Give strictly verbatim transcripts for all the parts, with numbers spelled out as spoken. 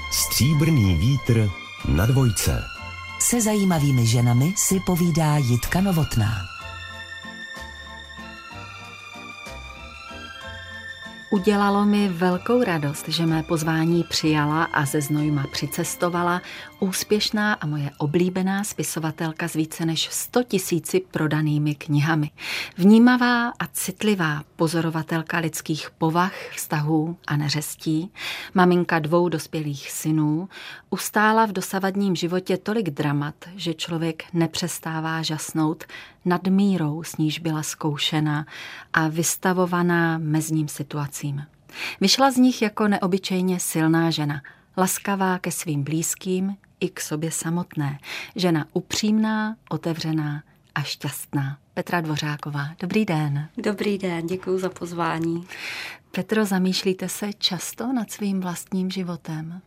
Stříbrný vítr na dvojce. Se zajímavými ženami si povídá Jitka Novotná. Udělalo mi velkou radost, že mé pozvání přijala a ze Znojma přicestovala úspěšná a moje oblíbená spisovatelka s více než sto tisíci prodanými knihami. Vnímavá a citlivá pozorovatelka lidských povah, vztahů a neřestí, maminka dvou dospělých synů, ustála v dosavadním životě tolik dramat, že člověk nepřestává žasnout nad mírou, s níž byla zkoušena a vystavovaná mezním situacím. Vyšla z nich jako neobyčejně silná žena, laskavá ke svým blízkým i k sobě samotné. Žena upřímná, otevřená a šťastná. Petra Dvořáková, dobrý den. Dobrý den, děkuji za pozvání. Petro, zamýšlíte se často nad svým vlastním životem?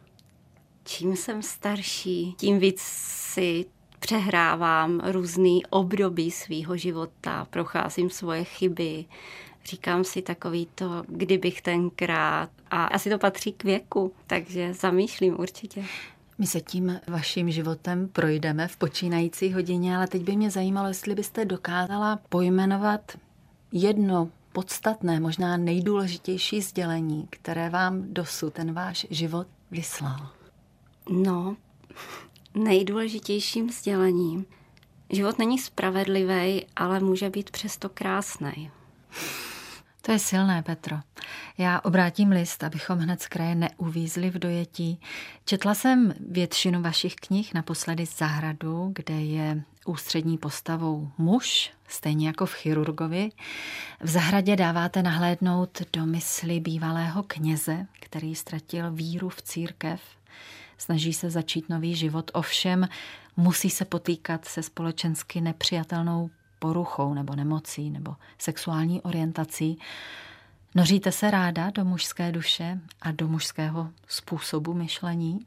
Čím jsem starší, tím víc si přehrávám různý období svýho života, procházím svoje chyby, říkám si takový to, kdybych tenkrát, a asi to patří k věku, takže zamýšlím určitě. My se tím vaším životem projdeme v počínající hodině, ale teď by mě zajímalo, jestli byste dokázala pojmenovat jedno podstatné, možná nejdůležitější sdělení, které vám dosud ten váš život vyslal. No, nejdůležitějším sdělením. Život není spravedlivý, ale může být přesto krásný. To je silné, Petro. Já obrátím list, abychom hned z kraje neuvízli v dojetí. Četla jsem většinu vašich knih, naposledy Zahradu, kde je ústřední postavou muž, stejně jako v Chirurgovi. V Zahradě dáváte nahlédnout do mysli bývalého kněze, který ztratil víru v církev. Snaží se začít nový život, ovšem musí se potýkat se společensky nepřijatelnou poruchou nebo nemocí nebo sexuální orientací. Noříte se ráda do mužské duše a do mužského způsobu myšlení?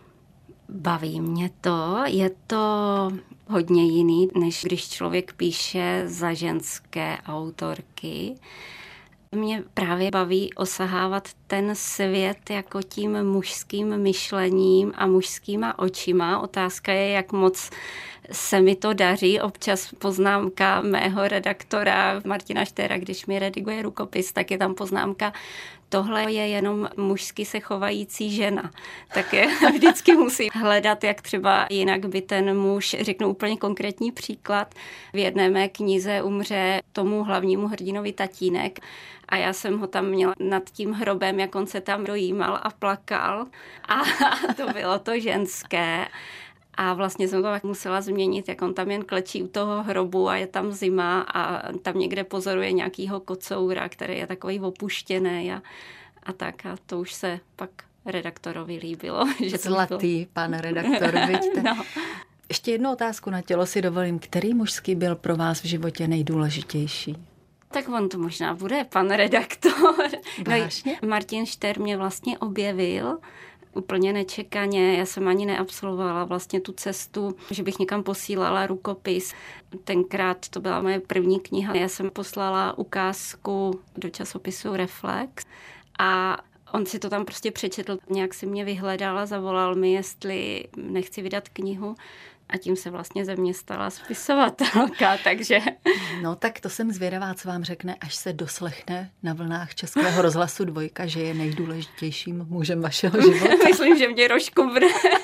Baví mě to, je to hodně jiný, než když člověk píše za ženské autorky. Mě právě baví osahávat ten svět jako tím mužským myšlením a mužskýma očima. Otázka je, jak moc se mi to daří. Občas poznámka mého redaktora Martina Štéra, když mi rediguje rukopis, tak je tam poznámka: tohle je jenom mužsky se chovající žena. Tak je vždycky musí hledat, jak třeba jinak by ten muž, řeknu úplně konkrétní příklad, v jedné mé knize umře tomu hlavnímu hrdinovi tatínek a já jsem ho tam měla nad tím hrobem, jak on se tam dojímal a plakal a to bylo to ženské. A vlastně jsem to tak musela změnit, jak on tam jen klečí u toho hrobu a je tam zima a tam někde pozoruje nějakýho kocoura, který je takový opuštěný a, a tak. A to už se pak redaktorovi líbilo. Že Zlatý to pan redaktor, vidíte. No. Ještě jednu otázku na tělo si dovolím. Který mužský byl pro vás v životě nejdůležitější? Tak on to možná bude pan redaktor. Vážně? No, Martin Štér mě vlastně objevil úplně nečekaně. Já jsem ani neabsolvovala vlastně tu cestu, že bych někam posílala rukopis. Tenkrát to byla moje první kniha. Já jsem poslala ukázku do časopisu Reflex a on si to tam prostě přečetl. Nějak si mě vyhledal a zavolal mi, jestli nechci vydat knihu. A tím se vlastně ze mě stala spisovatelka, takže... No tak to jsem zvědavá, co vám řekne, až se doslechne na vlnách Českého rozhlasu Dvojka, že je nejdůležitějším mužem vašeho života. Myslím, že mě rozkubne.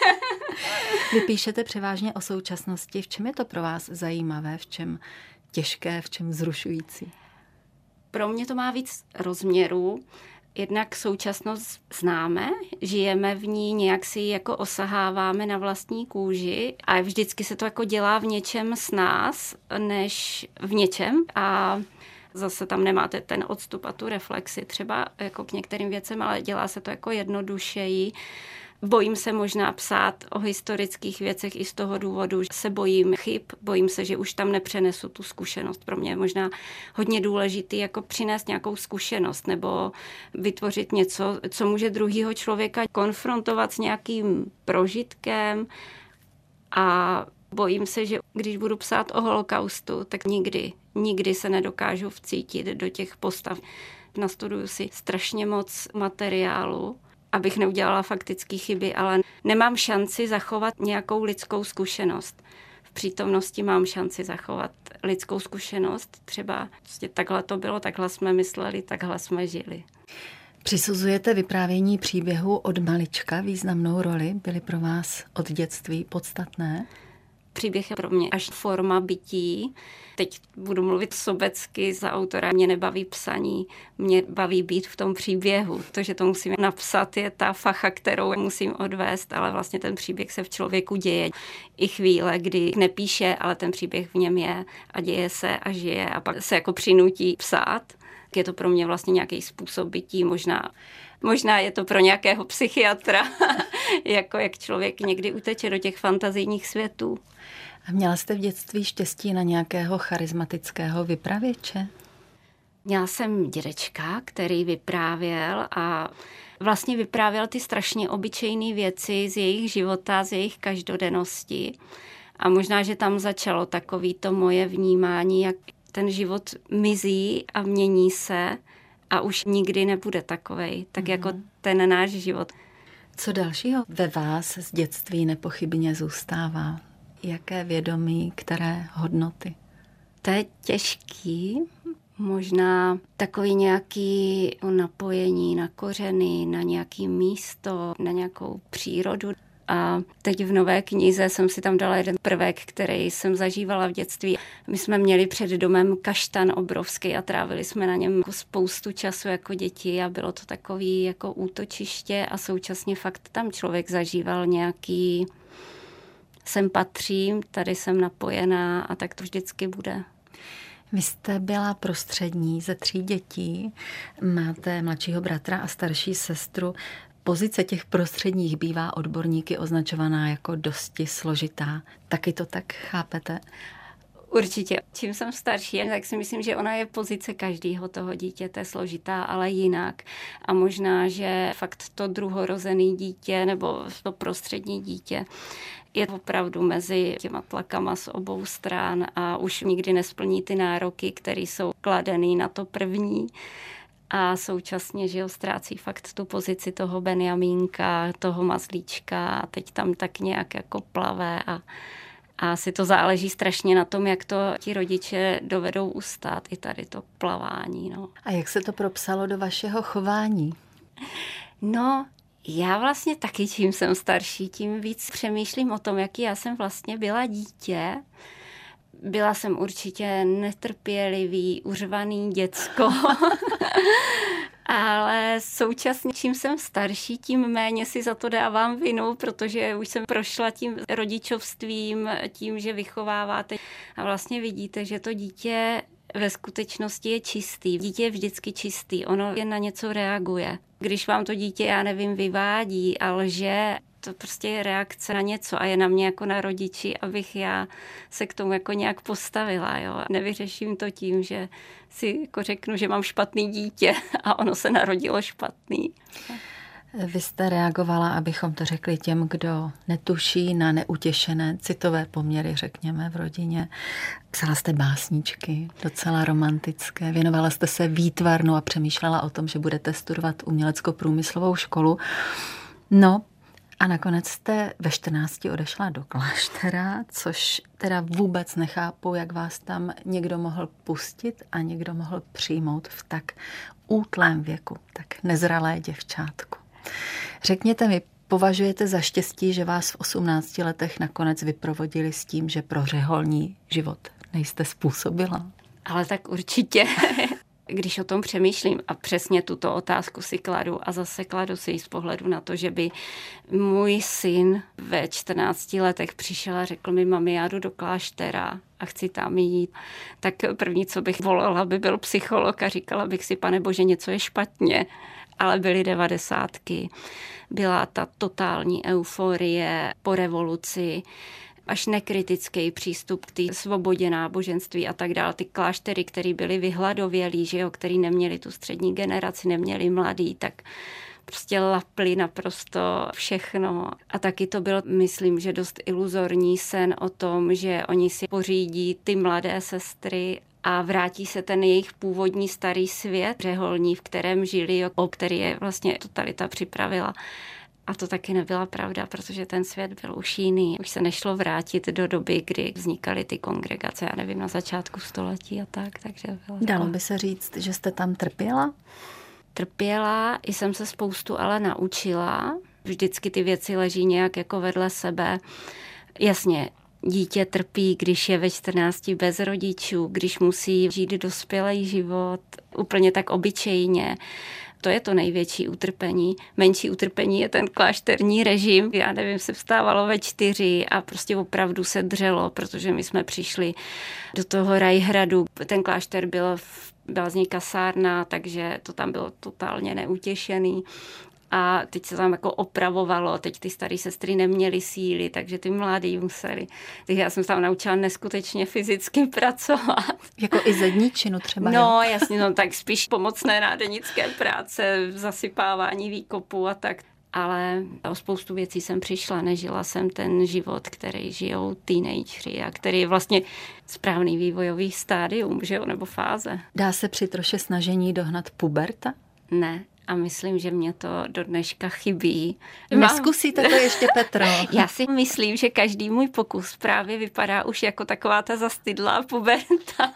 Vy píšete převážně o současnosti. V čem je to pro vás zajímavé, v čem těžké, v čem vzrušující? Pro mě to má víc rozměrů. Jednak současnost známe, žijeme v ní, nějak si ji jako osaháváme na vlastní kůži a vždycky se to jako dělá v něčem s nás, než v něčem a zase tam nemáte ten odstup a tu reflexi třeba jako k některým věcem, ale dělá se to jako jednodušeji. Bojím se možná psát o historických věcech i z toho důvodu, že se bojím chyb, bojím se, že už tam nepřenesu tu zkušenost. Pro mě je možná hodně důležitý jako přinést nějakou zkušenost nebo vytvořit něco, co může druhýho člověka konfrontovat s nějakým prožitkem a bojím se, že když budu psát o holokaustu, tak nikdy, nikdy se nedokážu vcítit do těch postav. Nastuduju si strašně moc materiálu abych neudělala faktické chyby, ale nemám šanci zachovat nějakou lidskou zkušenost. V přítomnosti mám šanci zachovat lidskou zkušenost. Třeba prostě takhle to bylo, takhle jsme mysleli, takhle jsme žili. Přisuzujete vyprávění příběhu od malička významnou roli? Byly pro vás od dětství podstatné? Příběh je pro mě až forma bytí. Teď budu mluvit sobecky za autora. Mě nebaví psaní, mě baví být v tom příběhu. To, že to musím napsat, je ta facha, kterou musím odvést, ale vlastně ten příběh se v člověku děje. I chvíle, kdy nepíše, ale ten příběh v něm je a děje se a žije a pak se jako přinutí psát. Je to pro mě vlastně nějaký způsob bytí, možná, možná je to pro nějakého psychiatra, jako jak člověk někdy uteče do těch fantazijních světů. A měla jste v dětství štěstí na nějakého charismatického vypravěče? Měla jsem dědečka, který vyprávěl a vlastně vyprávěl ty strašně obyčejné věci z jejich života, z jejich každodennosti. A možná, že tam začalo takový to moje vnímání, jak ten život mizí a mění se a už nikdy nebude takovej, tak mm. jako ten náš život. Co dalšího ve vás z dětství nepochybně zůstává? Jaké vědomí, které hodnoty? To je těžký, možná takový nějaký napojení na kořeny, na nějaký místo, na nějakou přírodu. A teď v nové knize jsem si tam dala jeden prvek, který jsem zažívala v dětství. My jsme měli před domem kaštan obrovský a trávili jsme na něm spoustu času jako děti a bylo to takový jako útočiště a současně fakt tam člověk zažíval nějaký sem patřím, tady jsem napojená a tak to vždycky bude. Vy jste byla prostřední ze tří dětí, máte mladšího bratra a starší sestru. Pozice těch prostředních bývá odborníky označovaná jako dosti složitá. Taky to tak chápete? Určitě. Čím jsem starší, tak si myslím, že ona je pozice každého toho dítěte složitá, ale jinak. A možná, že fakt to druhorozený dítě nebo to prostřední dítě je opravdu mezi těma tlakama z obou stran a už nikdy nesplní ty nároky, které jsou kladený na to první. A současně, že jo, ztrácí fakt tu pozici toho Benjamínka, toho mazlíčka a teď tam tak nějak jako plave a, a asi to záleží strašně na tom, jak to ti rodiče dovedou ustát, i tady to plavání. No. A jak se to propsalo do vašeho chování? No, já vlastně taky, čím jsem starší, tím víc přemýšlím o tom, jaký já jsem vlastně byla dítě. Byla jsem určitě netrpělivý, uřvaný děcko, ale současně, čím jsem starší, tím méně si za to dávám vinu, protože už jsem prošla tím rodičovstvím, tím, že vychováváte a vlastně vidíte, že to dítě ve skutečnosti je čistý. Dítě je vždycky čistý, ono jen na něco reaguje. Když vám to dítě, já nevím, vyvádí a lže, to prostě je reakce na něco a je na mě jako na rodiči, abych já se k tomu jako nějak postavila. Jo. Nevyřeším to tím, že si jako řeknu, že mám špatný dítě a ono se narodilo špatný. Vy jste reagovala, abychom to řekli těm, kdo netuší, na neutěšené citové poměry, řekněme, v rodině. Psala jste básničky, docela romantické, věnovala jste se výtvarnu a přemýšlela o tom, že budete studovat umělecko-průmyslovou školu. No, a nakonec jste ve čtrnácti odešla do kláštera, což teda vůbec nechápu, jak vás tam někdo mohl pustit a někdo mohl přijmout v tak útlém věku, tak nezralé děvčátku. Řekněte mi, považujete za štěstí, že vás v osmnácti letech nakonec vyprovodili s tím, že pro řeholní život nejste způsobila? Ale tak určitě. Když o tom přemýšlím a přesně tuto otázku si kladu a zase kladu si ji z pohledu na to, že by můj syn ve čtrnácti letech přišel a řekl mi, mami, já jdu do kláštera a chci tam jít, tak první, co bych volala, by byl psycholog a říkala bych si, pane bože, něco je špatně. Ale byly devadesátky, byla ta totální euforie po revoluci, až nekritický přístup k té svobodě náboženství a tak dále. Ty kláštery, které byly vyhladovělí, že jo, který neměli tu střední generaci, neměli mladý, tak prostě lapli naprosto všechno. A taky to byl, myslím, že dost iluzorní sen o tom, že oni si pořídí ty mladé sestry a vrátí se ten jejich původní starý svět řeholní, v kterém žili, o který je vlastně totalita připravila. A to taky nebyla pravda, protože ten svět byl už jiný. Už se nešlo vrátit do doby, kdy vznikaly ty kongregace, já nevím, na začátku století a tak. Takže bylo Dalo tako... by se říct, že jste tam trpěla? Trpěla, i jsem se spoustu ale naučila. Vždycky ty věci leží nějak jako vedle sebe. Jasně, dítě trpí, když je ve čtrnácti bez rodičů, když musí žít dospělý život úplně tak obyčejně. To je to největší utrpení. Menší utrpení je ten klášterní režim. Já nevím, se vstávalo ve čtyři a prostě opravdu se dřelo, protože my jsme přišli do toho Rajhradu. Ten klášter byl, byla z něj kasárna, takže to tam bylo totálně neutěšený. A teď se tam jako opravovalo, teď ty staré sestry neměly síly, takže ty mladí museli. Takže já jsem se tam naučila neskutečně fyzicky pracovat. Jako i zedničinu třeba, No jo? jasně, no tak spíš pomocné nádenícké práce, zasypávání výkopů a tak. Ale o spoustu věcí jsem přišla, nežila jsem ten život, který žijou teenageři a který je vlastně správný vývojový stádium, že jo, nebo fáze. Dá se při troše snažení dohnat puberta? Ne. A myslím, že mě to do dneška chybí. Neskusíte to ještě, Petro? Já si myslím, že každý můj pokus právě vypadá už jako taková ta zastydlá puberta.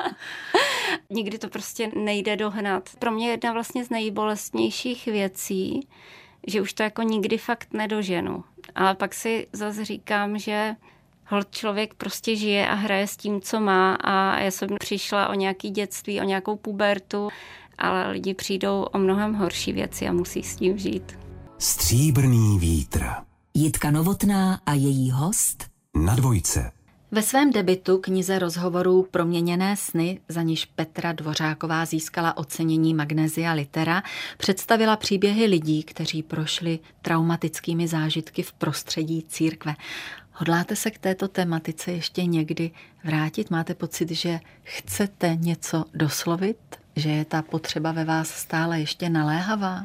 Nikdy to prostě nejde dohnat. Pro mě jedna vlastně z nejbolestnějších věcí, že už to jako nikdy fakt nedoženu. Ale pak si zase říkám, že holt člověk prostě žije a hraje s tím, co má, a já jsem přišla o nějaký dětství, o nějakou pubertu, ale lidi přijdou o mnohem horší věci a musí s tím žít. Stříbrný vítr. Jitka Novotná a její host Na dvojce. Ve svém debutu knize rozhovorů Proměněné sny, za níž Petra Dvořáková získala ocenění Magnesia Litera, představila příběhy lidí, kteří prošli traumatickými zážitky v prostředí církve. Hodláte se k této tematice ještě někdy vrátit? Máte pocit, že chcete něco doslovit? Že je ta potřeba ve vás stále ještě naléhavá?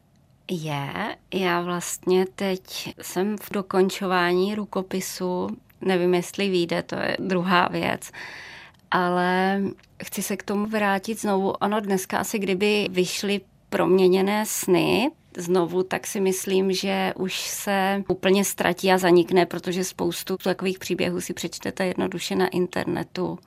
Je. Já vlastně teď jsem v dokončování rukopisu, nevím, jestli vyjde, to je druhá věc, ale chci se k tomu vrátit znovu. Ono dneska asi, kdyby vyšly Proměněné sny znovu, tak si myslím, že už se úplně ztratí a zanikne, protože spoustu takových příběhů si přečtete jednoduše na internetu.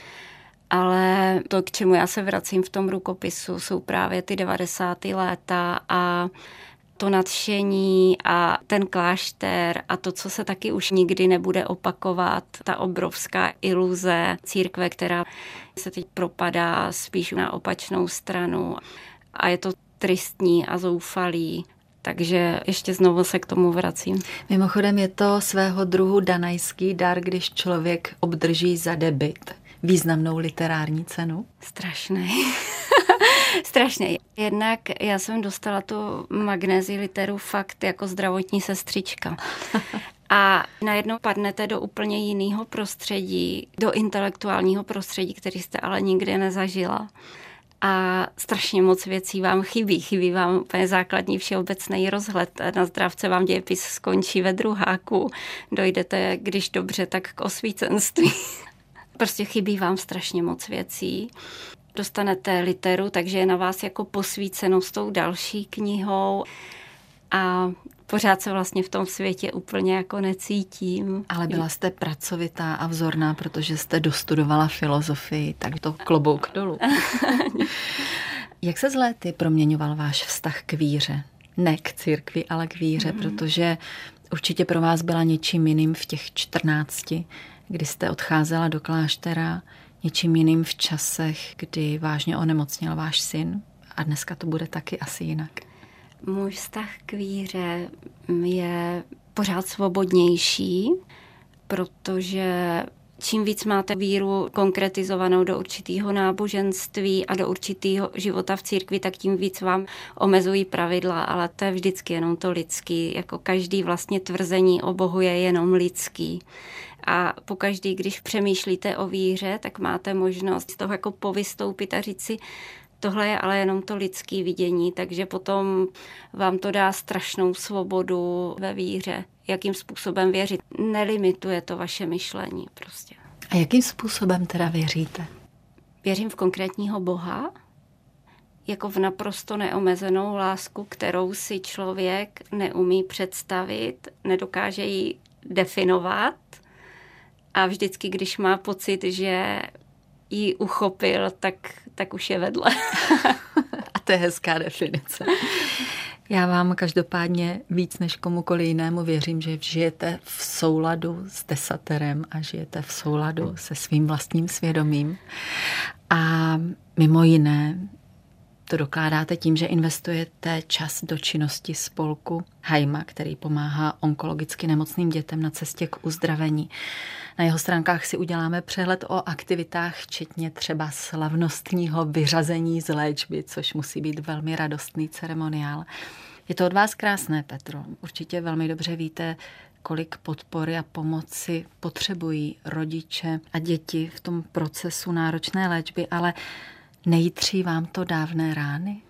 Ale to, k čemu já se vracím v tom rukopisu, jsou právě ty devadesátá léta a to nadšení a ten klášter a to, co se taky už nikdy nebude opakovat, ta obrovská iluze církve, která se teď propadá spíš na opačnou stranu a je to tristní a zoufalý. Takže ještě znovu se k tomu vracím. Mimochodem je to svého druhu danajský dar, když člověk obdrží za debut významnou literární cenu? Strašný. Strašný. Jednak já jsem dostala tu Magnesii Literu fakt jako zdravotní sestřička. A najednou padnete do úplně jiného prostředí, do intelektuálního prostředí, který jste ale nikdy nezažila. A strašně moc věcí vám chybí. Chybí vám úplně základní všeobecný rozhled. Na zdravce vám dějepis skončí ve druháku. Dojdete, když dobře, tak k osvícenství. Prostě chybí vám strašně moc věcí. Dostanete literu, takže je na vás jako posvíceno s tou další knihou a pořád se vlastně v tom světě úplně jako necítím. Ale byla jste pracovitá a vzorná, protože jste dostudovala filozofii, tak to klobouk dolů. Jak se z léty proměňoval váš vztah k víře? Ne k církvi, ale k víře, mm. protože určitě pro vás byla něčím jiným v těch čtrnácti, kdy jste odcházela do kláštera, něčím jiným v časech, kdy vážně onemocněl váš syn, a dneska to bude taky asi jinak. Můj vztah k víře je pořád svobodnější, protože čím víc máte víru konkretizovanou do určitého náboženství a do určitého života v církvi, tak tím víc vám omezují pravidla, ale to je vždycky jenom to lidský. Jako každý vlastně tvrzení o Bohu je jenom lidský. A pokaždý, když přemýšlíte o víře, tak máte možnost z toho jako povystoupit a říct si, tohle je ale jenom to lidské vidění, takže potom vám to dá strašnou svobodu ve víře. Jakým způsobem věřit? Nelimituje to vaše myšlení prostě. A jakým způsobem teda věříte? Věřím v konkrétního Boha, jako v naprosto neomezenou lásku, kterou si člověk neumí představit, nedokáže ji definovat a vždycky, když má pocit, že ji uchopil, tak, tak už je vedle. A to je hezká definice. Já vám každopádně víc než komukoli jinému věřím, že žijete v souladu s desaterem a žijete v souladu se svým vlastním svědomím. A mimo jiné to dokládáte tím, že investujete čas do činnosti spolku Hajma, který pomáhá onkologicky nemocným dětem na cestě k uzdravení. Na jeho stránkách si uděláme přehled o aktivitách, včetně třeba slavnostního vyřazení z léčby, což musí být velmi radostný ceremoniál. Je to od vás krásné, Petro. Určitě velmi dobře víte, kolik podpory a pomoci potřebují rodiče a děti v tom procesu náročné léčby, ale nejitří vám to dávné rány?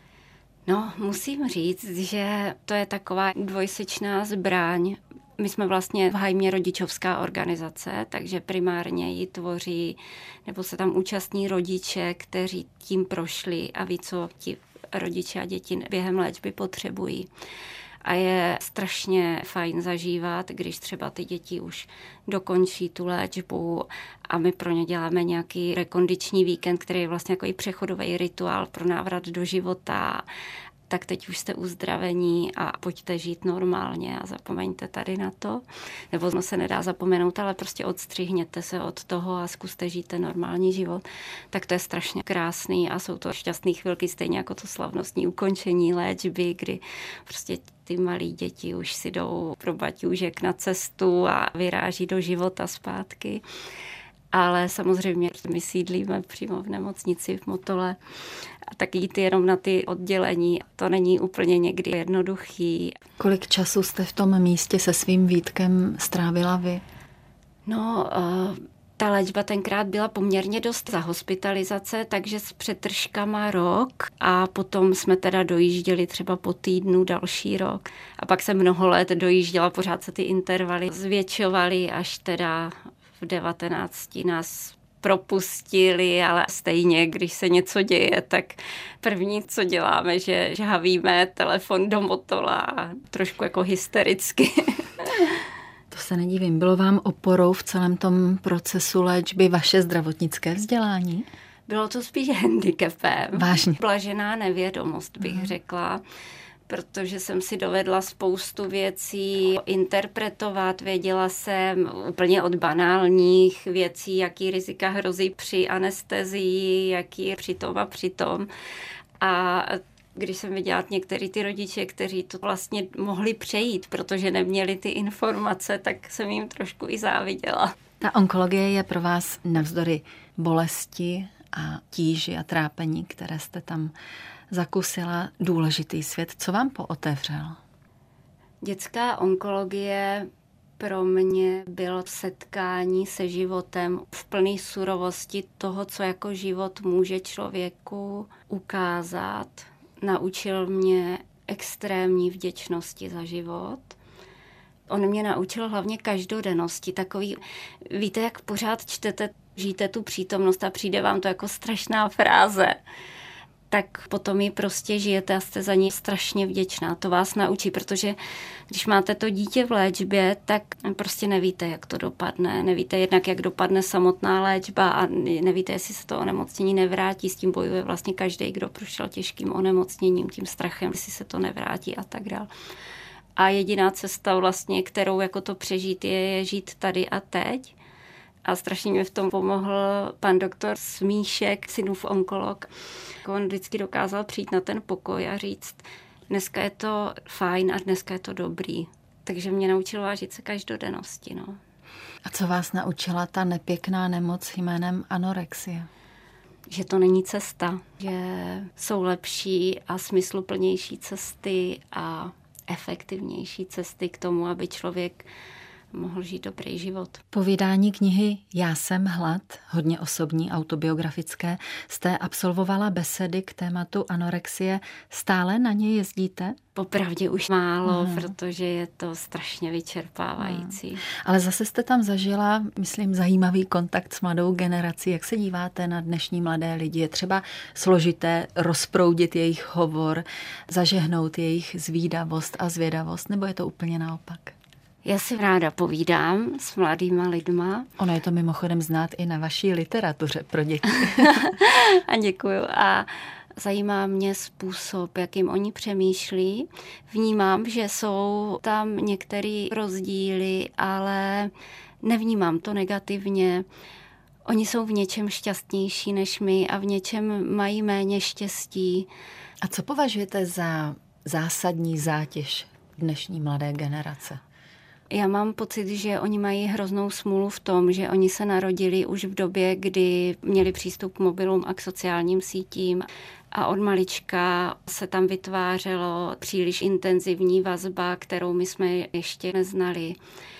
No, musím říct, že to je taková dvojsečná zbraň. My jsme vlastně v Hajmě rodičovská organizace, takže primárně ji tvoří, nebo se tam účastní rodiče, kteří tím prošli a ví, co ti rodiče a děti během léčby potřebují. A je strašně fajn zažívat, když třeba ty děti už dokončí tu léčbu a my pro ně děláme nějaký rekondiční víkend, který je vlastně jako i přechodový rituál pro návrat do života. Tak teď už jste uzdravení a pojďte žít normálně a zapomeňte tady na to. Nebo no se nedá zapomenout, ale prostě odstřihněte se od toho a zkuste žít ten normální život. Tak to je strašně krásný a jsou to šťastné chvilky, stejně jako to slavnostní ukončení léčby, kdy prostě ty malí děti už si jdou pro baťůžek na cestu a vyráží do života zpátky. Ale samozřejmě my sídlíme přímo v nemocnici v Motole a tak jít jenom na ty oddělení, to není úplně někdy jednoduchý. Kolik času jste v tom místě se svým Vítkem strávila vy? No, uh, ta léčba tenkrát byla poměrně dost za hospitalizace, takže s přetržkama rok a potom jsme teda dojížděli třeba po týdnu další rok. A pak jsem mnoho let dojížděla, pořád se ty intervaly zvětšovaly, až teda v devatenácti nás propustili, ale stejně, když se něco děje, tak první, co děláme, že žhavíme telefon do Motola a trošku jako hystericky. To se nedivím. Bylo vám oporou v celém tom procesu léčby vaše zdravotnické vzdělání? Bylo to spíš handicapem. Vážně. Blažená nevědomost, bych hmm. řekla. Protože jsem si dovedla spoustu věcí interpretovat. Věděla jsem úplně od banálních věcí, jaký rizika hrozí při anestezii, jaký při tom a při tom. A když jsem viděla některý ty rodiče, kteří to vlastně mohli přejít, protože neměli ty informace, tak jsem jim trošku i záviděla. Ta onkologie je pro vás navzdory bolesti a tíži a trápení, které jste tam zakusila, důležitý svět. Co vám pootevřel? Dětská onkologie pro mě bylo setkání se životem v plné surovosti toho, co jako život může člověku ukázat. Naučil mě extrémní vděčnosti za život. On mě naučil hlavně každodennosti. Takový, víte, jak pořád čtete, žijete tu přítomnost a přijde vám to jako strašná fráze, tak potom ji prostě žijete a jste za ní strašně vděčná. To vás naučí, protože když máte to dítě v léčbě, tak prostě nevíte, jak to dopadne. Nevíte jednak, jak dopadne samotná léčba a nevíte, jestli se to onemocnění nevrátí. S tím bojuje vlastně každý, kdo prošel těžkým onemocněním, tím strachem, jestli se to nevrátí a tak dále. A jediná cesta vlastně, kterou jako to přežít, je, je žít tady a teď. A strašně mi v tom pomohl pan doktor Smíšek, synův onkolog. On vždycky dokázal přijít na ten pokoj a říct, dneska je to fajn a dneska je to dobrý. Takže mě naučil vážit se každodennosti. No. A co vás naučila ta nepěkná nemoc jménem anorexie? Že to není cesta, že jsou lepší a smysluplnější cesty a efektivnější cesty k tomu, aby člověk mohl žít dobrý život. Po vydání knihy Já jsem hlad, hodně osobní, autobiografické, jste absolvovala besedy k tématu anorexie. Stále na ně jezdíte? Popravdě už málo, Hmm. protože je to strašně vyčerpávající. Hmm. Ale zase jste tam zažila, myslím, zajímavý kontakt s mladou generací. Jak se díváte na dnešní mladé lidi? Je třeba složité rozproudit jejich hovor, zažehnout jejich zvídavost a zvědavost, nebo je to úplně naopak? Já si ráda povídám s mladýma lidma. Ono je to mimochodem znát i na vaší literatuře pro děti. A děkuju. A zajímá mě způsob, jakým oni přemýšlí. Vnímám, že jsou tam některé rozdíly, ale nevnímám to negativně. Oni jsou v něčem šťastnější než my a v něčem mají méně štěstí. A co považujete za zásadní zátěž dnešní mladé generace? Já mám pocit, že oni mají hroznou smůlu v tom, že oni se narodili už v době, kdy měli přístup k mobilům a k sociálním sítím a od malička se tam vytvářelo příliš intenzivní vazba, kterou my jsme ještě neznali.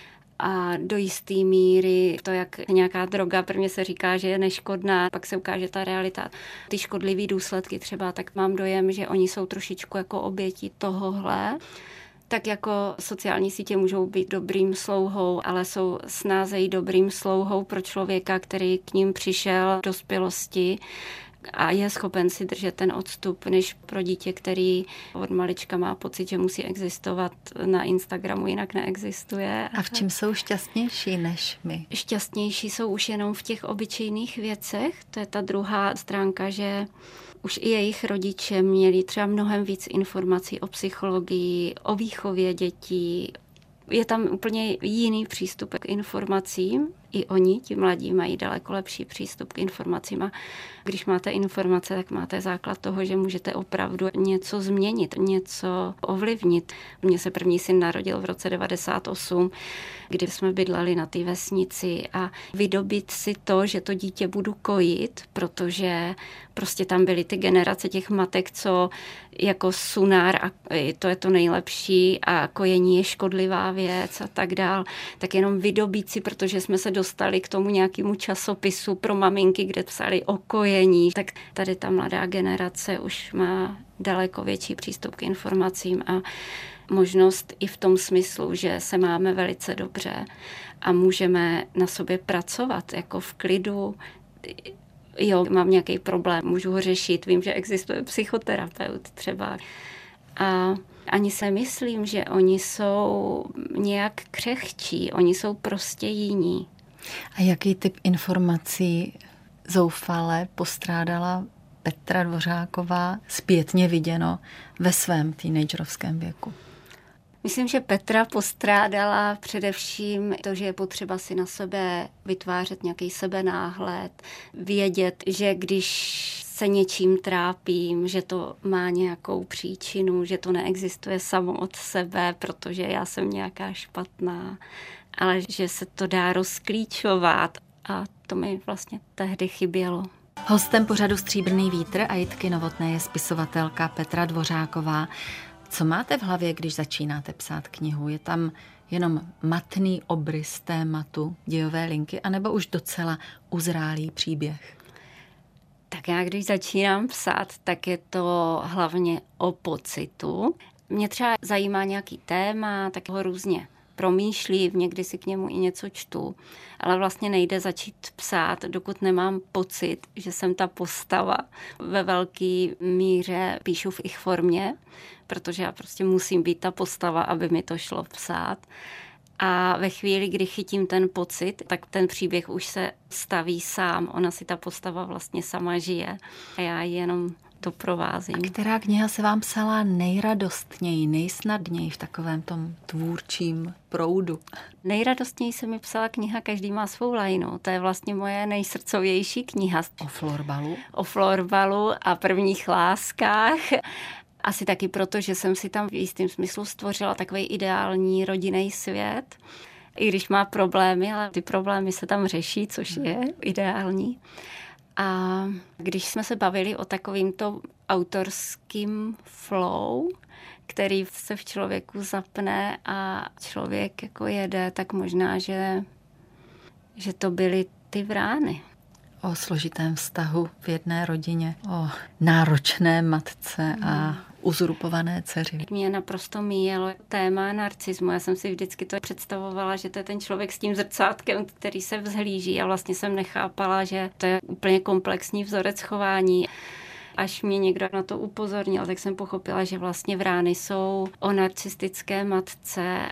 A do jisté míry to, jak nějaká droga, prvně se říká, že je neškodná, pak se ukáže ta realita. Ty škodlivé důsledky třeba, tak mám dojem, že oni jsou trošičku jako oběti tohohle. Tak jako sociální sítě můžou být dobrým slouhou, ale jsou snáze i dobrým slouhou pro člověka, který k ním přišel v dospělosti a je schopen si držet ten odstup, než pro dítě, který od malička má pocit, že musí existovat na Instagramu, jinak neexistuje. A v čem jsou šťastnější než my? Šťastnější jsou už jenom v těch obyčejných věcech. To je ta druhá stránka, že už i jejich rodiče měli třeba mnohem víc informací o psychologii, o výchově dětí. Je tam úplně jiný přístup k informacím. I oni, ti mladí, mají daleko lepší přístup k informacím. A když máte informace, tak máte základ toho, že můžete opravdu něco změnit, něco ovlivnit. Mně se první syn narodil v roce devadesát osm, kdy jsme bydleli na té vesnici a vydobít si to, že to dítě budu kojit, protože prostě tam byly ty generace těch matek, co jako sunár a to je to nejlepší a kojení je škodlivá věc a tak dál, tak jenom vydobít si, protože jsme se dostali k tomu nějakému časopisu pro maminky, kde psali o kojení, tak tady ta mladá generace už má daleko větší přístup k informacím a možnost i v tom smyslu, že se máme velice dobře a můžeme na sobě pracovat jako v klidu. Jo, mám nějaký problém, můžu ho řešit, vím, že existuje psychoterapeut třeba. A ani se myslím, že oni jsou nějak křehčí, oni jsou prostě jiní. A jaký typ informací zoufale postrádala Petra Dvořáková zpětně viděno ve svém teenagerovském věku? Myslím, že Petra postrádala především to, že je potřeba si na sebe vytvářet nějaký sebenáhled, vědět, že když se něčím trápím, že to má nějakou příčinu, že to neexistuje samo od sebe, protože já jsem nějaká špatná, ale že se to dá rozklíčovat a to mi vlastně tehdy chybělo. Hostem pořadu Stříbrný vítr a Jitky Novotné je spisovatelka Petra Dvořáková. Co máte v hlavě, když začínáte psát knihu? Je tam jenom matný obrys tématu, dějové linky, anebo už docela uzrálý příběh? Tak já, když začínám psát, tak je to hlavně o pocitu. Mě třeba zajímá nějaký téma, tak ho různě promýšlím, někdy si k němu i něco čtu, ale vlastně nejde začít psát, dokud nemám pocit, že jsem ta postava. Ve velké míře píšu v ich formě, protože já prostě musím být ta postava, aby mi to šlo psát. A ve chvíli, kdy chytím ten pocit, tak ten příběh už se staví sám. Ona si ta postava vlastně sama žije a já ji jenom doprovázím. A která kniha se vám psala nejradostněji, nejsnadněji v takovém tom tvůrčím proudu? Nejradostněji se mi psala kniha Každý má svou lajnu. To je vlastně moje nejsrdcovější kniha. O florbalu? O florbalu a prvních láskách. Asi taky proto, že jsem si tam v jistém smyslu stvořila takový ideální rodinný svět. I když má problémy, ale ty problémy se tam řeší, což je ideální. A když jsme se bavili o takovýmto autorským flow, který se v člověku zapne a člověk jako jede, tak možná, že, že to byly ty vrány. O složitém vztahu v jedné rodině, o náročné matce a uzurpované dceři. Mě naprosto míjelo téma narcismu. Já jsem si vždycky to představovala, že to je ten člověk s tím zrcátkem, který se vzhlíží, a vlastně jsem nechápala, že to je úplně komplexní vzorec chování. Až mě někdo na to upozornil, tak jsem pochopila, že vlastně vrány jsou o narcistické matce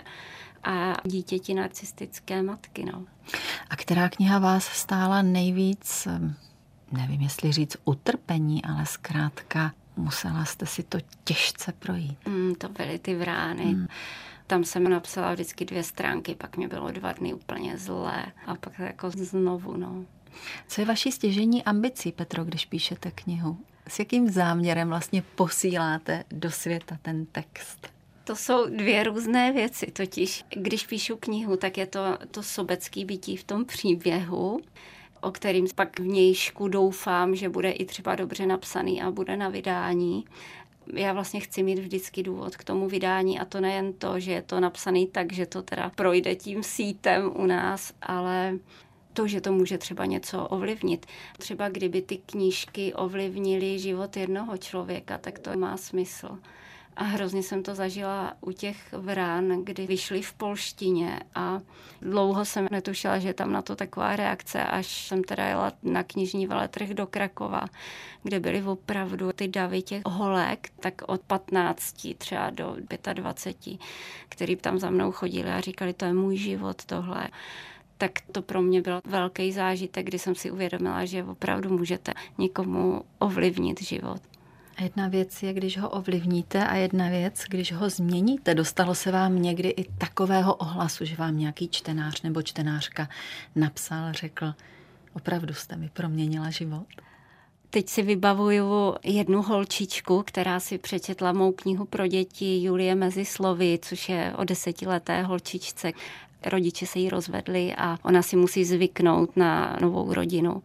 a dítěti narcistické matky. No. A která kniha vás stála nejvíc, nevím, jestli říct utrpení, ale zkrátka musela jste si to těžce projít? Mm, to byly ty vrány. Mm. Tam jsem napsala vždycky dvě stránky, pak mě bylo dva dny úplně zlé a pak jako znovu. No. Co je vaší stěžejní ambicí, Petro, když píšete knihu? S jakým záměrem vlastně posíláte do světa ten text? To jsou dvě různé věci, totiž když píšu knihu, tak je to, to sobecký bytí v tom příběhu, o kterým pak vnějšku doufám, že bude i třeba dobře napsaný a bude na vydání. Já vlastně chci mít vždycky důvod k tomu vydání, a to nejen to, že je to napsaný tak, že to teda projde tím sítem u nás, ale to, že to může třeba něco ovlivnit. Třeba kdyby ty knížky ovlivnily život jednoho člověka, tak to má smysl. A hrozně jsem to zažila u těch vrán, kdy vyšly v polštině a dlouho jsem netušila, že je tam na to taková reakce, až jsem teda jela na knižní veletrh do Krakova, kde byly opravdu ty davy těch holek, tak od patnácti třeba do dvaceti pěti, který tam za mnou chodili a říkali, to je můj život tohle. Tak to pro mě byl velký zážitek, kdy jsem si uvědomila, že opravdu můžete někomu ovlivnit život. Jedna věc je, když ho ovlivníte, a jedna věc, když ho změníte. Dostalo se vám někdy i takového ohlasu, že vám nějaký čtenář nebo čtenářka napsal, řekl, opravdu jste mi proměnila život? Teď si vybavuju jednu holčičku, která si přečetla mou knihu pro děti Julie mezi slovy, což je o desetileté holčičce. Rodiče se jí rozvedli a ona si musí zvyknout na novou rodinu.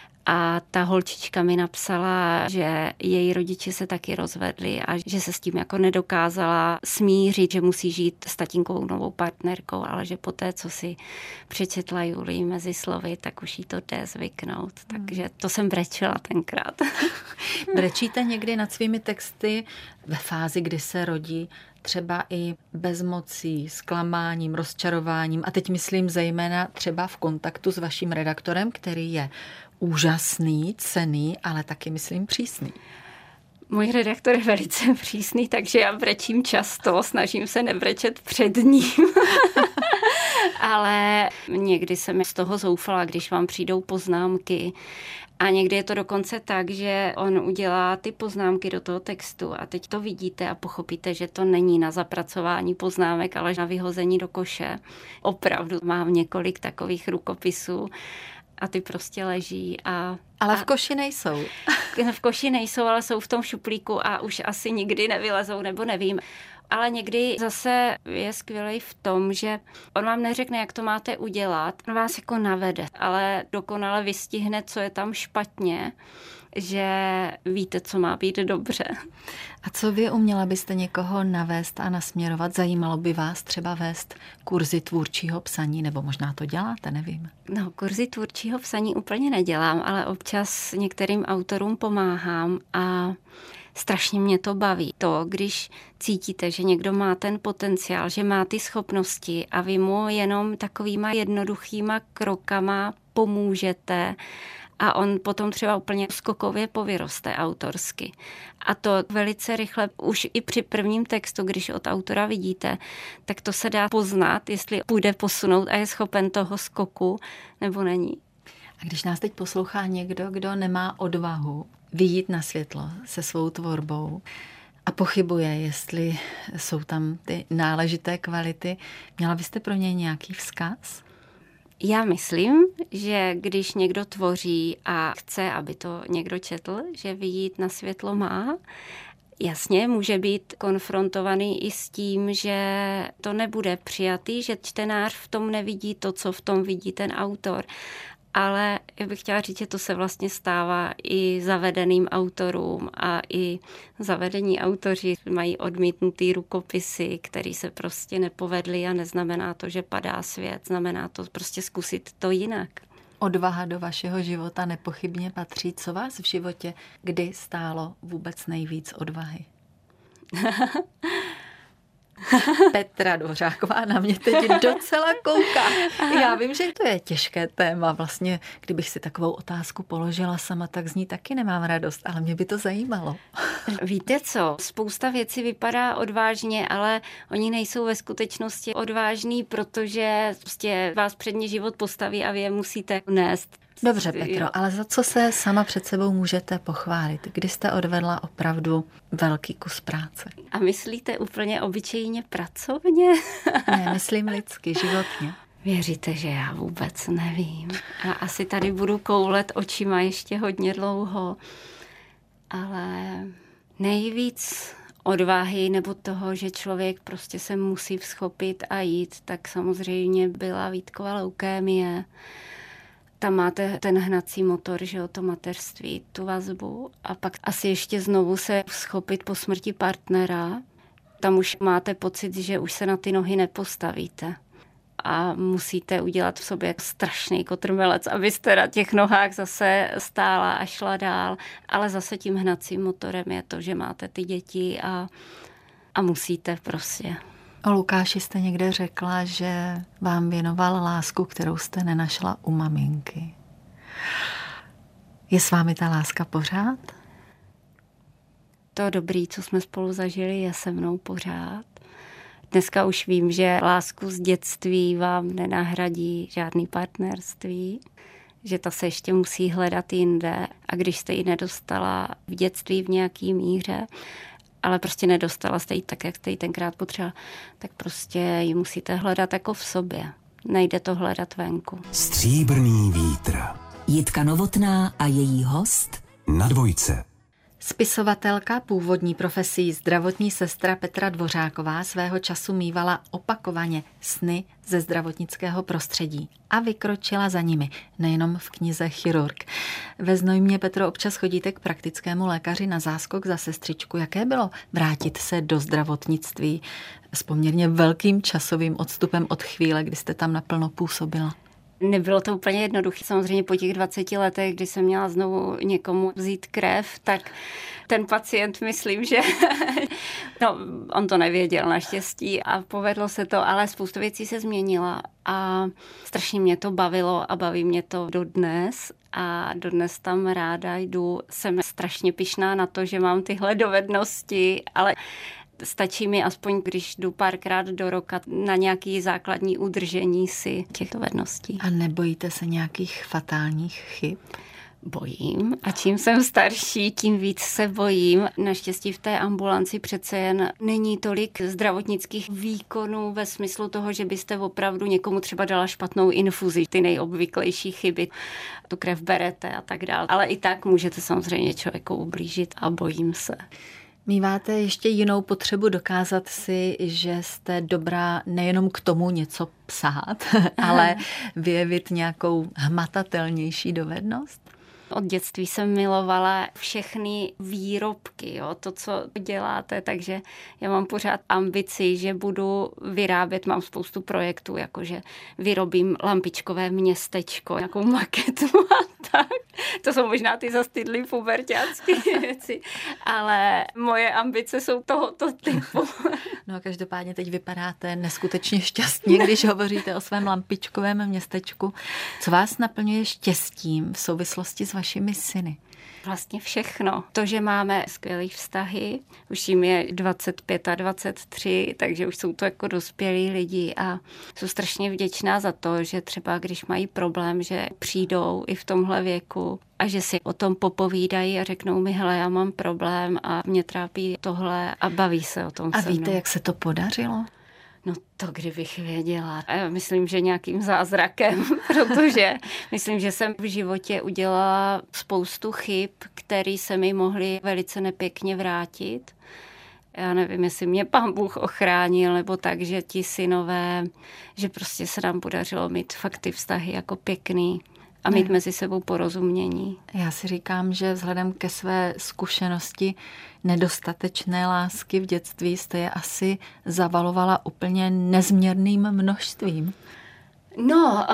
A ta holčička mi napsala, že její rodiče se taky rozvedli a že se s tím jako nedokázala smířit, že musí žít s tatínkovou novou partnerkou, ale že poté, co si přečetla Julii mezi slovy, tak už jí to jde zvyknout. Takže to jsem brečela tenkrát. Brečíte někdy nad svými texty ve fázi, kdy se rodí třeba i bezmocí, zklamáním, rozčarováním, a teď myslím zejména třeba v kontaktu s vaším redaktorem, který je úžasný, cenný, ale taky myslím přísný. Můj redaktor je velice přísný, takže já brečím často, snažím se nebrečet před ním. Ale někdy jsem z toho zoufala, když vám přijdou poznámky. A někdy je to dokonce tak, že on udělá ty poznámky do toho textu a teď to vidíte a pochopíte, že to není na zapracování poznámek, ale na vyhození do koše. Opravdu mám několik takových rukopisů a ty prostě leží. A, ale v a, koši nejsou. V koši nejsou, ale jsou v tom šuplíku a už asi nikdy nevylezou, nebo nevím. Ale někdy zase je skvělý v tom, že on vám neřekne, jak to máte udělat, on vás jako navede, ale dokonale vystihne, co je tam špatně, že víte, co má být dobře. A co vy, uměla byste někoho navést a nasměrovat? Zajímalo by vás třeba vést kurzy tvůrčího psaní, nebo možná to děláte, nevím. No, kurzy tvůrčího psaní úplně nedělám, ale občas některým autorům pomáhám a strašně mě to baví. To, když cítíte, že někdo má ten potenciál, že má ty schopnosti a vy mu jenom takovýma jednoduchýma krokama pomůžete a on potom třeba úplně skokově povyroste autorsky. A to velice rychle, už i při prvním textu, když od autora vidíte, tak to se dá poznat, jestli půjde posunout a je schopen toho skoku, nebo není. A když nás teď poslouchá někdo, kdo nemá odvahu vyjít na světlo se svou tvorbou a pochybuje, jestli jsou tam ty náležité kvality, měla byste pro něj nějaký vzkaz? Já myslím, že když někdo tvoří a chce, aby to někdo četl, že vyjít na světlo má, jasně, může být konfrontovaný i s tím, že to nebude přijatý, že čtenář v tom nevidí to, co v tom vidí ten autor. Ale já bych chtěla říct, že to se vlastně stává i zavedeným autorům a i zavedení autoři mají odmítnutý rukopisy, který se prostě nepovedly a neznamená to, že padá svět, znamená to prostě zkusit to jinak. Odvaha do vašeho života nepochybně patří. Co vás v životě kdy stálo vůbec nejvíc odvahy? Petra Dvořáková na mě teď docela kouká. Já vím, že to je těžké téma. Vlastně, kdybych si takovou otázku položila sama, tak z ní taky nemám radost, ale mě by to zajímalo. Víte co? Spousta věcí vypadá odvážně, ale oni nejsou ve skutečnosti odvážní, protože prostě vás předně život postaví a vy je musíte nést. Dobře, Petro, ale za co se sama před sebou můžete pochválit? Kdy jste odvedla opravdu velký kus práce? A myslíte úplně obyčejně pracovně? Ne, myslím lidsky, životně. Věříte, že já vůbec nevím. A asi tady budu koulet očima ještě hodně dlouho. Ale nejvíc odvahy nebo toho, že člověk prostě se musí vzchopit a jít, tak samozřejmě byla Vítkova leukémie. Tam máte ten hnací motor, že jo, to mateřství, tu vazbu a pak asi ještě znovu se vzchopit po smrti partnera. Tam už máte pocit, že už se na ty nohy nepostavíte a musíte udělat v sobě strašný kotrmelec, abyste na těch nohách zase stála a šla dál, ale zase tím hnacím motorem je to, že máte ty děti a, a musíte prostě. O Lukáši jste někde řekla, že vám věnoval lásku, kterou jste nenašla u maminky. Je s vámi ta láska pořád? To dobrý, co jsme spolu zažili, je se mnou pořád. Dneska už vím, že lásku z dětství vám nenahradí žádný partnerství, že ta se ještě musí hledat jinde a když jste ji nedostala v dětství v nějaký míře, ale prostě nedostala jste ji tak, jak jste ji tenkrát potřeba, tak prostě ji musíte hledat jako v sobě. Nejde to hledat venku. Stříbrný vítr. Jitka Novotná a její host Na dvojce. Spisovatelka, původní profesí zdravotní sestra Petra Dvořáková svého času mívala opakovaně sny ze zdravotnického prostředí a vykročila za nimi, nejenom v knize Chirurg. Ve Znojmě, Petro, občas chodíte k praktickému lékaři na záskok za sestřičku. Jaké bylo vrátit se do zdravotnictví s poměrně velkým časovým odstupem od chvíle, kdy jste tam naplno působila? Nebylo to úplně jednoduché. Samozřejmě po těch dvaceti letech, kdy jsem měla znovu někomu vzít krev, tak ten pacient, myslím, že no, on to nevěděl naštěstí a povedlo se to, ale spoustu věcí se změnila a strašně mě to bavilo a baví mě to dodnes a dodnes tam ráda jdu. Jsem strašně pyšná na to, že mám tyhle dovednosti, ale stačí mi aspoň, když jdu párkrát do roka na nějaký základní udržení si těch dovedností. A nebojíte se nějakých fatálních chyb? Bojím a čím jsem starší, tím víc se bojím. Naštěstí v té ambulanci přece jen není tolik zdravotnických výkonů ve smyslu toho, že byste opravdu někomu třeba dala špatnou infuzi, ty nejobvyklejší chyby, tu krev berete a tak dále. Ale i tak můžete samozřejmě člověku ublížit a bojím se. Míváte ještě jinou potřebu dokázat si, že jste dobrá nejenom k tomu něco psát, ale vyjevit nějakou hmatatelnější dovednost? Od dětství jsem milovala všechny výrobky, jo, to, co děláte, takže já mám pořád ambici, že budu vyrábět, mám spoustu projektů, jakože vyrobím lampičkové městečko, nějakou maketu a tak. To jsou možná ty zastydlý puberťácké věci, ale moje ambice jsou tohoto typu. No každopádně teď vypadáte neskutečně šťastně, když hovoříte o svém lampičkovém městečku. Co vás naplňuje štěstím v souvislosti s vašimi syny? Vlastně všechno. To, že máme skvělé vztahy, už jim je dvacet pět a dvacet tři, takže už jsou to jako dospělí lidi a jsou strašně vděčná za to, že třeba když mají problém, že přijdou i v tomhle věku a že si o tom popovídají a řeknou mi, hele, já mám problém a mě trápí tohle a baví se o tom A se víte, mnou. jak se to podařilo? No to kdybych věděla. Já myslím, že nějakým zázrakem, protože myslím, že jsem v životě udělala spoustu chyb, které se mi mohly velice nepěkně vrátit. Já nevím, jestli mě Pán Bůh ochránil, nebo tak, že ti synové, že prostě se nám podařilo mít fakt ty vztahy jako pěkný. a mít ne. mezi sebou porozumění. Já si říkám, že vzhledem ke své zkušenosti nedostatečné lásky v dětství jste je asi zavalovala úplně nezměrným množstvím. No,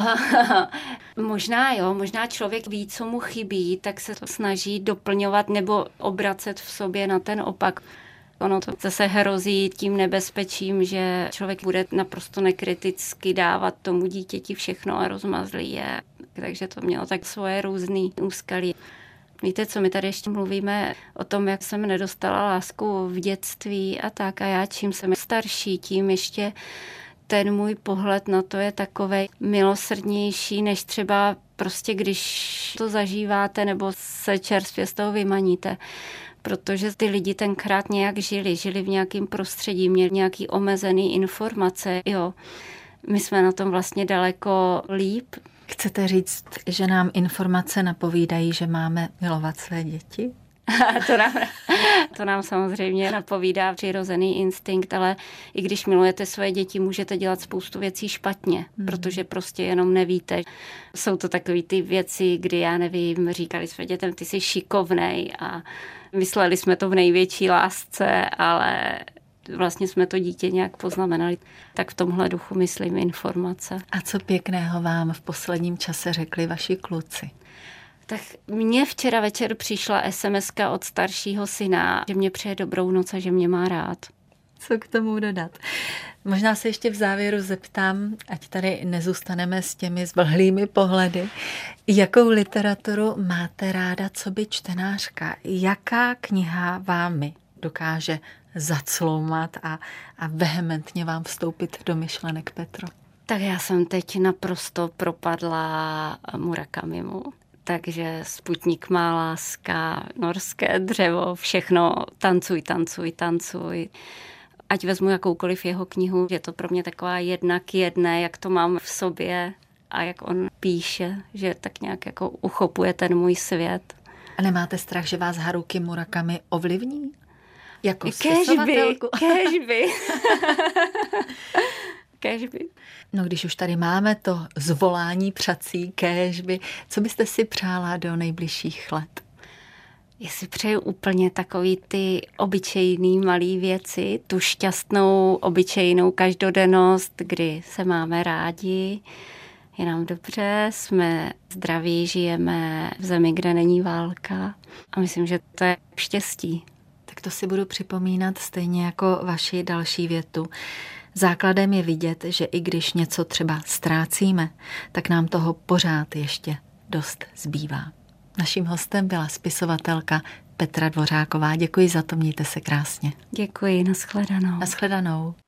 možná jo, možná člověk ví, co mu chybí, tak se to snaží doplňovat nebo obracet v sobě na ten opak. Ono to zase hrozí tím nebezpečím, že člověk bude naprosto nekriticky dávat tomu dítěti všechno a rozmazlí je. Takže to mělo tak svoje různý úskalí. Víte co, my tady ještě mluvíme o tom, jak jsem nedostala lásku v dětství a tak. A já čím jsem starší, tím ještě ten můj pohled na to je takovej milosrdnější, než třeba prostě když to zažíváte nebo se čerstvě z toho vymaníte. Protože ty lidi tenkrát nějak žili, žili v nějakém prostředí, měli nějaký omezený informace, jo. My jsme na tom vlastně daleko líp. Chcete říct, že nám informace napovídají, že máme milovat své děti? to, nám, to nám samozřejmě napovídá přirozený instinkt, ale i když milujete své děti, můžete dělat spoustu věcí špatně, hmm. protože prostě jenom nevíte. Jsou to takové ty věci, kdy já nevím, říkali jsme dětem, ty jsi šikovnej a mysleli jsme to v největší lásce, ale vlastně jsme to dítě nějak poznamenali. Tak v tomhle duchu myslím informace. A co pěkného vám v posledním čase řekli vaši kluci? Tak mně včera večer přišla es em eska od staršího syna, že mě přeje dobrou noc a že mě má rád. Co k tomu dodat? Možná se ještě v závěru zeptám, ať tady nezůstaneme s těmi zvlhlými pohledy. Jakou literaturu máte ráda, co by čtenářka? Jaká kniha vámi dokáže zacloumat a, a vehementně vám vstoupit do myšlenek, Petro? Tak já jsem teď naprosto propadla Murakamimu. Takže Sputnik má láska, Norské dřevo, všechno, tancuj, tancuj, tancuj. Ať vezmu jakoukoliv jeho knihu, je to pro mě taková jedna k jedné, jak to mám v sobě a jak on píše, že tak nějak jako uchopuje ten můj svět. A nemáte strach, že vás Haruki Murakami ovlivní? Jako spisovatelku? Kéžby. Kéžby. No když už tady máme to zvolání přací kéžby, co byste si přála do nejbližších let? Já si přeju úplně takový ty obyčejný malý věci, tu šťastnou, obyčejnou každodennost, kdy se máme rádi, je nám dobře, jsme zdraví, žijeme v zemi, kde není válka a myslím, že to je štěstí. Tak to si budu připomínat stejně jako vaši další větu. Základem je vidět, že i když něco třeba ztrácíme, tak nám toho pořád ještě dost zbývá. Naším hostem byla spisovatelka Petra Dvořáková. Děkuji za to, mějte se krásně. Děkuji, nashledanou. Nashledanou.